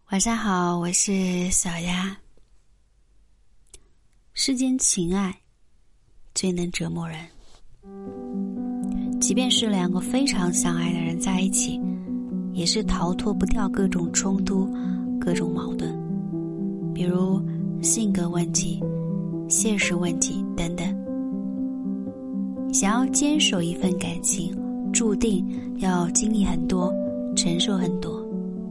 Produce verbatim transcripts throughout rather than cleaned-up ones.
晚上好，我是小丫。世间情爱最能折磨人，即便是两个非常相爱的人在一起，也是逃脱不掉各种冲突、各种矛盾，比如性格问题、现实问题等等。想要坚守一份感情，注定要经历很多，承受很多。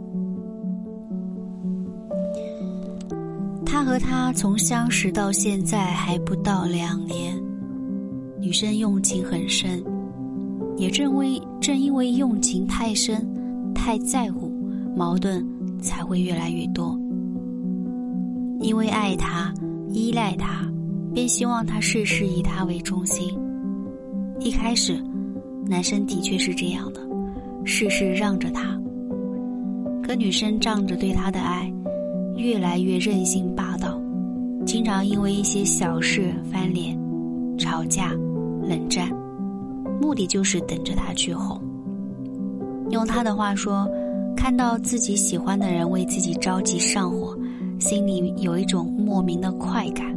他和他从相识到现在还不到两年，女生用情很深，也正为正因为用情太深、太在乎，矛盾才会越来越多。因为爱他、依赖他，便希望他事事以他为中心。一开始，男生的确是这样的，事事让着他。可女生仗着对他的爱，越来越任性霸道，经常因为一些小事翻脸、吵架、冷战，目的就是等着他去哄。用他的话说，看到自己喜欢的人为自己着急上火，心里有一种莫名的快感。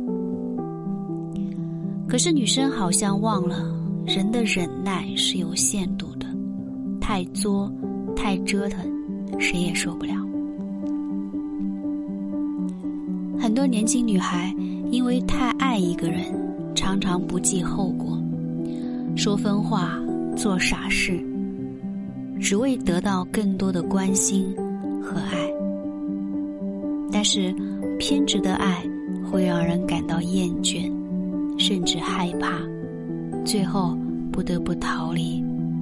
可是女生好像忘了，人的忍耐是有限度的，太作、太折腾，谁也受不了。很多年轻女孩因为太爱一个人，常常不计后果，说分话，做傻事，只为得到更多的关心和爱。但是偏执的爱会让人感到厌倦，甚至害怕，最后不得不逃离。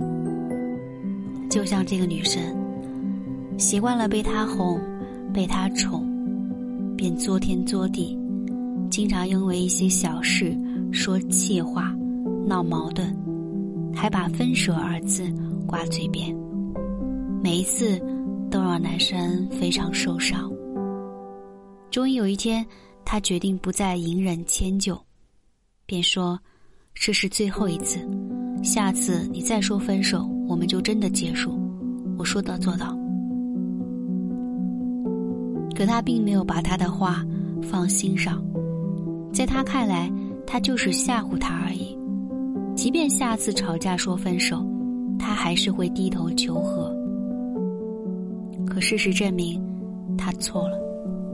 就像这个女生，习惯了被他哄，被他宠，便作天作地，经常因为一些小事说气话、闹矛盾，还把分手二字挂嘴边，每一次都让男生非常受伤。终于有一天，他决定不再隐忍迁就，便说这是最后一次，下次你再说分手，我们就真的结束，我说到做到。可他并没有把他的话放心上，在他看来，他就是吓唬他而已。即便下次吵架说分手，他还是会低头求和。可事实证明，他错了。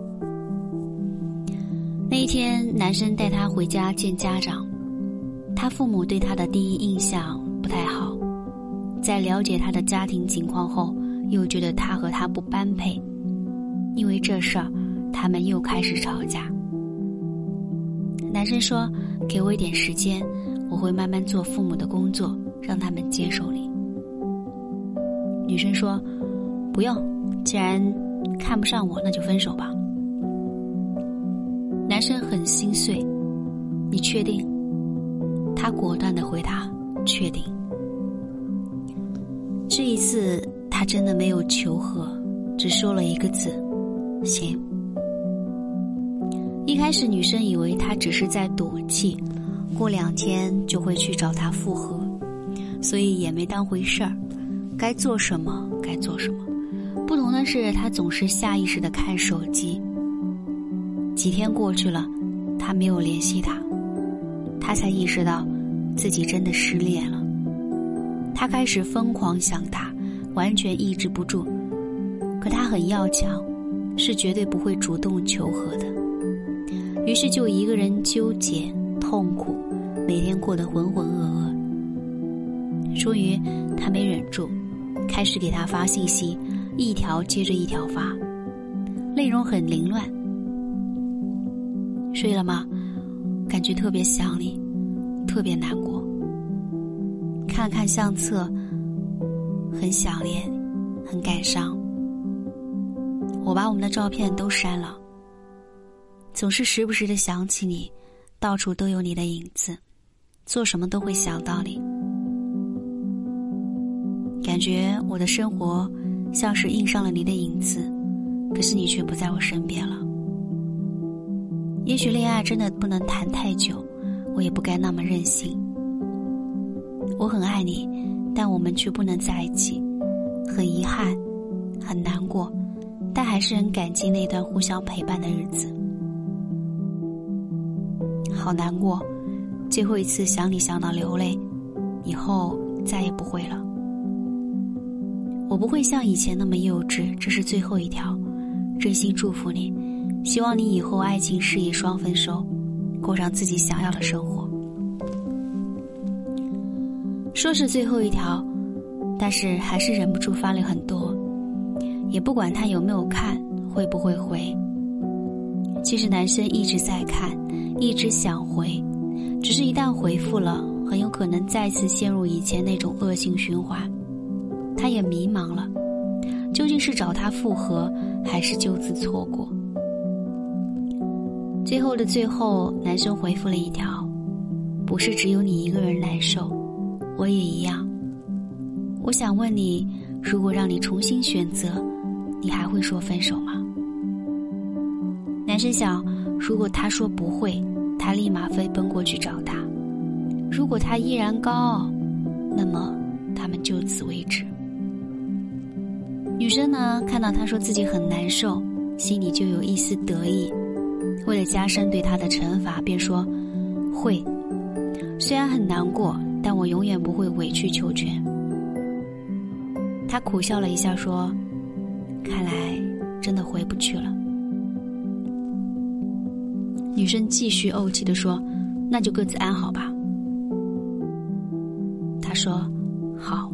那一天，男生带他回家见家长，他父母对他的第一印象不太好，在了解他的家庭情况后，又觉得他和他不般配。因为这事儿，他们又开始吵架。男生说，给我一点时间，我会慢慢做父母的工作，让他们接受你。女生说，不用，既然看不上我，那就分手吧。男生很心碎，你确定？他果断地回答，确定。这一次他真的没有求和，只说了一个字，行。一开始女生以为他只是在赌气，过两天就会去找他复合，所以也没当回事儿，该做什么该做什么。不同的是，他总是下意识地看手机。几天过去了，他没有联系他，他才意识到自己真的失恋了。他开始疯狂想他，完全抑制不住。可他很要强，是绝对不会主动求和的。于是就一个人纠结痛苦，每天过得浑浑噩噩。终于他没忍住，开始给他发信息，一条接着一条发，内容很凌乱。睡了吗？感觉特别想你，特别难过。看了看相册，很想念，很感伤。我把我们的照片都删了，总是时不时的想起你，到处都有你的影子，做什么都会想到你。感觉我的生活像是印上了你的影子，可是你却不在我身边了。也许恋爱真的不能谈太久，我也不该那么任性。我很爱你，但我们却不能在一起，很遗憾，很难过，但还还是很感激那段互相陪伴的日子。好难过，最后一次想你想到流泪，以后再也不会了。我不会像以前那么幼稚，这是最后一条，真心祝福你，希望你以后爱情事业双丰收，过上自己想要的生活。说是最后一条，但是还是忍不住发了很多，也不管他有没有看，会不会回。其实男生一直在看，一直想回，只是一旦回复了，很有可能再次陷入以前那种恶性循环。他也迷茫了，究竟是找他复合，还是就此错过？最后的最后，男生回复了一条：不是只有你一个人难受，我也一样。我想问你，如果让你重新选择，你还会说分手吗？男生想，如果他说不会，他立马飞奔过去找他；如果他依然高傲，那么他们就此为止。女生呢，看到他说自己很难受，心里就有一丝得意，为了加深对他的惩罚，便说会，虽然很难过，但我永远不会委曲求全。他苦笑了一下说，看来真的回不去了。女生继续怄气地说，那就各自安好吧。他说好。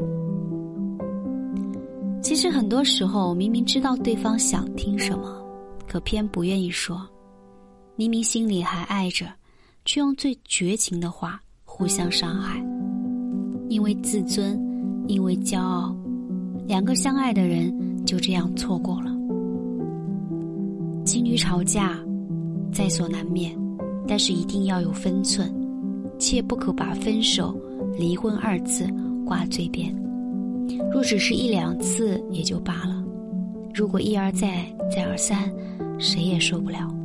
其实很多时候明明知道对方想听什么，可偏不愿意说，明明心里还爱着，却用最绝情的话互相伤害。因为自尊，因为骄傲，两个相爱的人就这样错过了。情侣吵架在所难免，但是一定要有分寸，切不可把分手、离婚二字挂嘴边。若只是一两次也就罢了，如果一而再再而三，谁也受不了。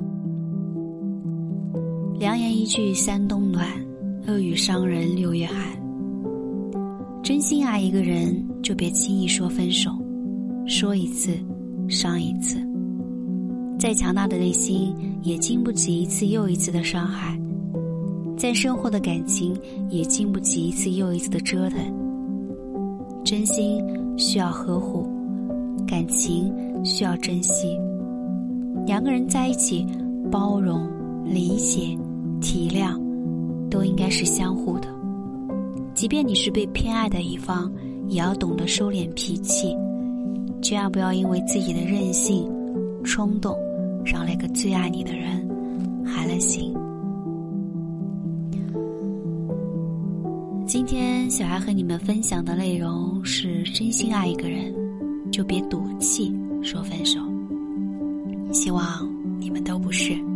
良言一句三冬暖，恶语伤人六月寒。真心爱一个人，就别轻易说分手，说一次伤一次。再强大的内心也经不起一次又一次的伤害，再深厚的感情也经不起一次又一次的折腾。真心需要呵护，感情需要珍惜。两个人在一起，包容、理解、体谅都应该是相互的。即便你是被偏爱的一方，也要懂得收敛脾气，千万不要因为自己的任性、冲动，让那个最爱你的人寒了心。今天小孩和你们分享的内容是，真心爱一个人，就别赌气说分手。希望你们都不是。